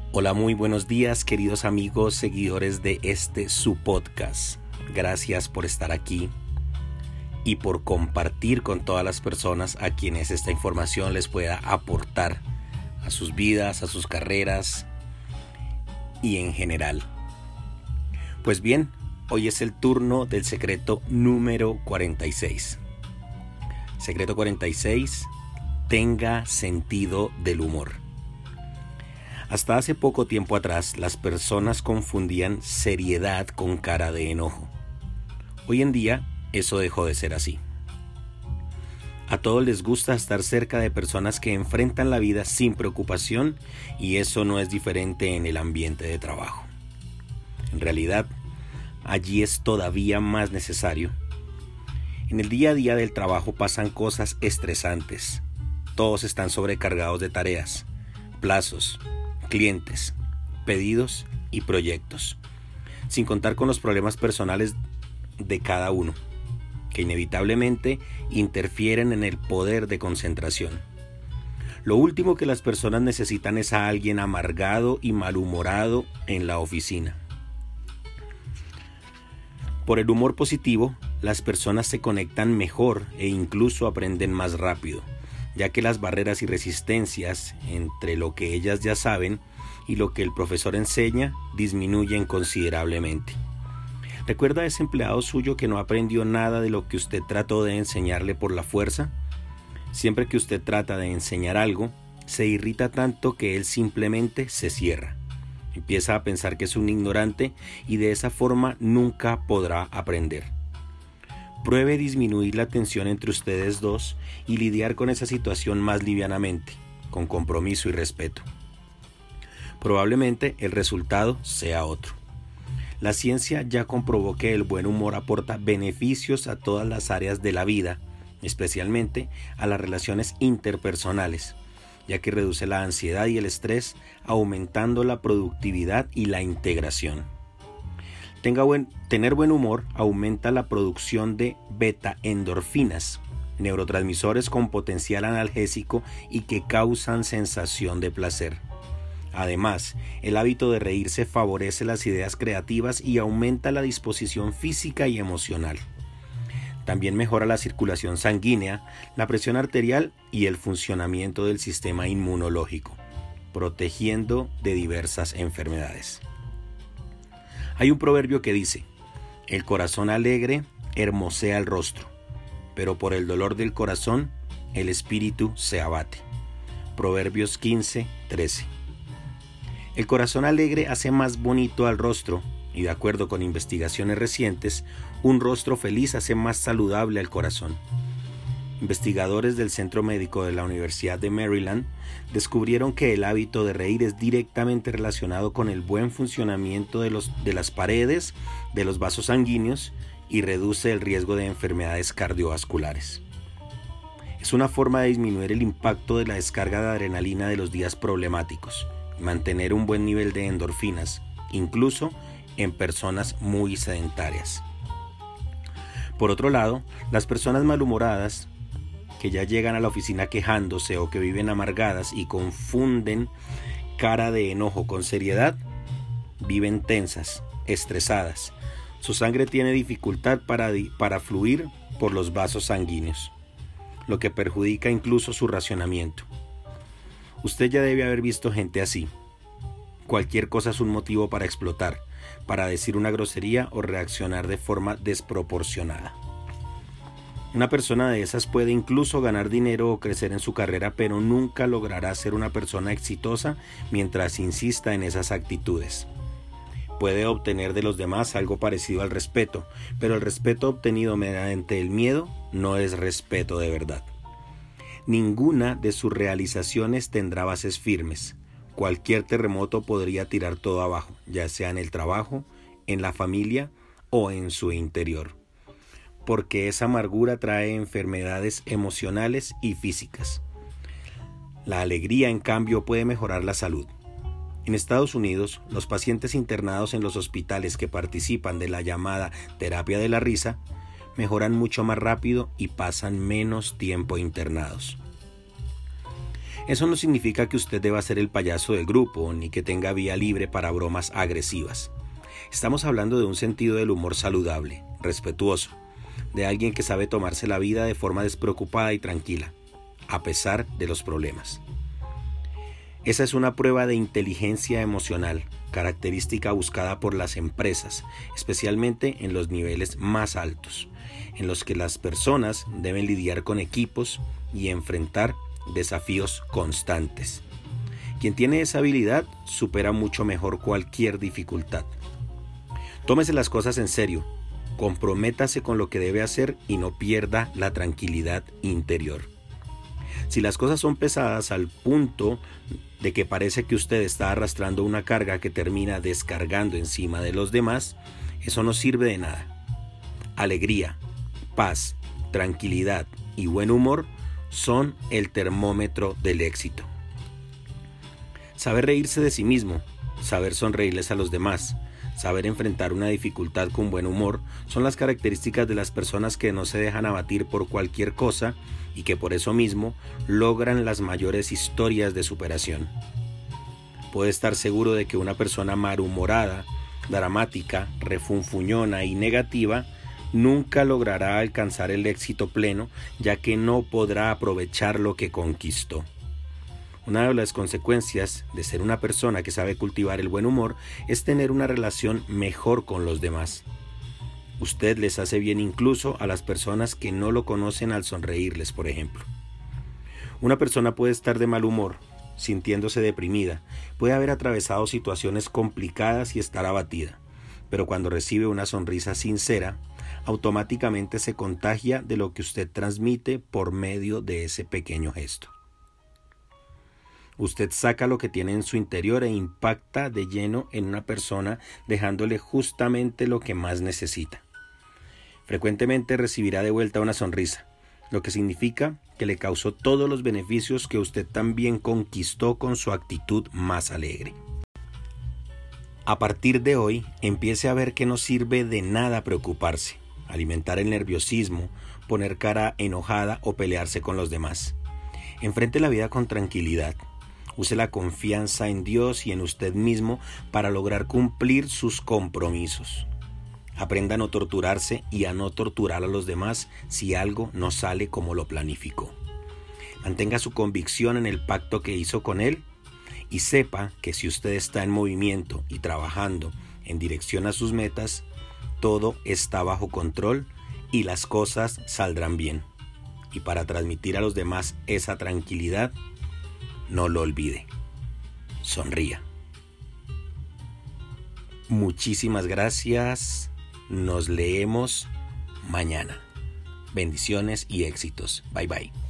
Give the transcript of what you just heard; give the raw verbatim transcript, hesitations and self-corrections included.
Hola, muy buenos días, queridos amigos, seguidores de este su podcast. Gracias por estar aquí y por compartir con todas las personas a quienes esta información les pueda aportar a sus vidas, a sus carreras y en general. Pues bien, hoy es el turno del secreto número cuarenta y seis. Secreto cuarenta y seis, tenga sentido del humor. Hasta hace poco tiempo atrás, las personas confundían seriedad con cara de enojo. Hoy en día, eso dejó de ser así. A todos les gusta estar cerca de personas que enfrentan la vida sin preocupación, y eso no es diferente en el ambiente de trabajo. En realidad, allí es todavía más necesario. En el día a día del trabajo pasan cosas estresantes. Todos están sobrecargados de tareas, plazos, clientes, pedidos y proyectos, sin contar con los problemas personales de cada uno, que inevitablemente interfieren en el poder de concentración. Lo último que las personas necesitan es a alguien amargado y malhumorado en la oficina. Por el humor positivo, las personas se conectan mejor e incluso aprenden más rápido, ya que las barreras y resistencias entre lo que ellas ya saben y lo que el profesor enseña disminuyen considerablemente. ¿Recuerda a ese empleado suyo que no aprendió nada de lo que usted trató de enseñarle por la fuerza? Siempre que usted trata de enseñar algo, se irrita tanto que él simplemente se cierra. Empieza a pensar que es un ignorante y de esa forma nunca podrá aprender. Pruebe disminuir la tensión entre ustedes dos y lidiar con esa situación más livianamente, con compromiso y respeto. Probablemente el resultado sea otro. La ciencia ya comprobó que el buen humor aporta beneficios a todas las áreas de la vida, especialmente a las relaciones interpersonales, ya que reduce la ansiedad y el estrés, aumentando la productividad y la integración. Tenga buen, tener buen humor aumenta la producción de beta-endorfinas, neurotransmisores con potencial analgésico y que causan sensación de placer. Además, el hábito de reírse favorece las ideas creativas y aumenta la disposición física y emocional. También mejora la circulación sanguínea, la presión arterial y el funcionamiento del sistema inmunológico, protegiendo de diversas enfermedades. Hay un proverbio que dice: el corazón alegre hermosea el rostro, pero por el dolor del corazón el espíritu se abate. Proverbios quince, trece. El corazón alegre hace más bonito al rostro, y de acuerdo con investigaciones recientes, un rostro feliz hace más saludable al corazón. Investigadores del Centro Médico de la Universidad de Maryland descubrieron que el hábito de reír es directamente relacionado con el buen funcionamiento de, los, de las paredes de los vasos sanguíneos y reduce el riesgo de enfermedades cardiovasculares. Es una forma de disminuir el impacto de la descarga de adrenalina de los días problemáticos y mantener un buen nivel de endorfinas, incluso en personas muy sedentarias. Por otro lado, las personas malhumoradas que ya llegan a la oficina quejándose o que viven amargadas y confunden cara de enojo con seriedad, viven tensas, estresadas. Su sangre tiene dificultad para, para fluir por los vasos sanguíneos, lo que perjudica incluso su racionamiento. Usted ya debe haber visto gente así. Cualquier cosa es un motivo para explotar, para decir una grosería o reaccionar de forma desproporcionada. Una persona de esas puede incluso ganar dinero o crecer en su carrera, pero nunca logrará ser una persona exitosa mientras insista en esas actitudes. Puede obtener de los demás algo parecido al respeto, pero el respeto obtenido mediante el miedo no es respeto de verdad. Ninguna de sus realizaciones tendrá bases firmes. Cualquier terremoto podría tirar todo abajo, ya sea en el trabajo, en la familia o en su interior, porque esa amargura trae enfermedades emocionales y físicas. La alegría, en cambio, puede mejorar la salud. En Estados Unidos, los pacientes internados en los hospitales que participan de la llamada terapia de la risa mejoran mucho más rápido y pasan menos tiempo internados. Eso no significa que usted deba ser el payaso del grupo, ni que tenga vía libre para bromas agresivas. Estamos hablando de un sentido del humor saludable, respetuoso, de alguien que sabe tomarse la vida de forma despreocupada y tranquila, a pesar de los problemas. Esa es una prueba de inteligencia emocional, característica buscada por las empresas, especialmente en los niveles más altos, en los que las personas deben lidiar con equipos y enfrentar desafíos constantes. Quien tiene esa habilidad supera mucho mejor cualquier dificultad. Tómese las cosas en serio, comprométase con lo que debe hacer y no pierda la tranquilidad interior. Si las cosas son pesadas al punto de que parece que usted está arrastrando una carga que termina descargando encima de los demás, eso no sirve de nada. Alegría, paz, tranquilidad y buen humor son el termómetro del éxito. Saber reírse de sí mismo, saber sonreírles a los demás, saber enfrentar una dificultad con buen humor son las características de las personas que no se dejan abatir por cualquier cosa y que por eso mismo logran las mayores historias de superación. Puede estar seguro de que una persona malhumorada, dramática, refunfuñona y negativa nunca logrará alcanzar el éxito pleno, ya que no podrá aprovechar lo que conquistó. Una de las consecuencias de ser una persona que sabe cultivar el buen humor es tener una relación mejor con los demás. Usted les hace bien incluso a las personas que no lo conocen al sonreírles, por ejemplo. Una persona puede estar de mal humor, sintiéndose deprimida, puede haber atravesado situaciones complicadas y estar abatida, pero cuando recibe una sonrisa sincera, automáticamente se contagia de lo que usted transmite por medio de ese pequeño gesto. Usted saca lo que tiene en su interior e impacta de lleno en una persona, dejándole justamente lo que más necesita. Frecuentemente recibirá de vuelta una sonrisa, lo que significa que le causó todos los beneficios que usted también conquistó con su actitud más alegre. A partir de hoy, empiece a ver que no sirve de nada preocuparse, alimentar el nerviosismo, poner cara enojada o pelearse con los demás. Enfrente la vida con tranquilidad. Use la confianza en Dios y en usted mismo para lograr cumplir sus compromisos. Aprenda a no torturarse y a no torturar a los demás si algo no sale como lo planificó. Mantenga su convicción en el pacto que hizo con Él y sepa que si usted está en movimiento y trabajando en dirección a sus metas, todo está bajo control y las cosas saldrán bien. Y para transmitir a los demás esa tranquilidad, no lo olvide. Sonría. Muchísimas gracias. Nos leemos mañana. Bendiciones y éxitos. Bye bye.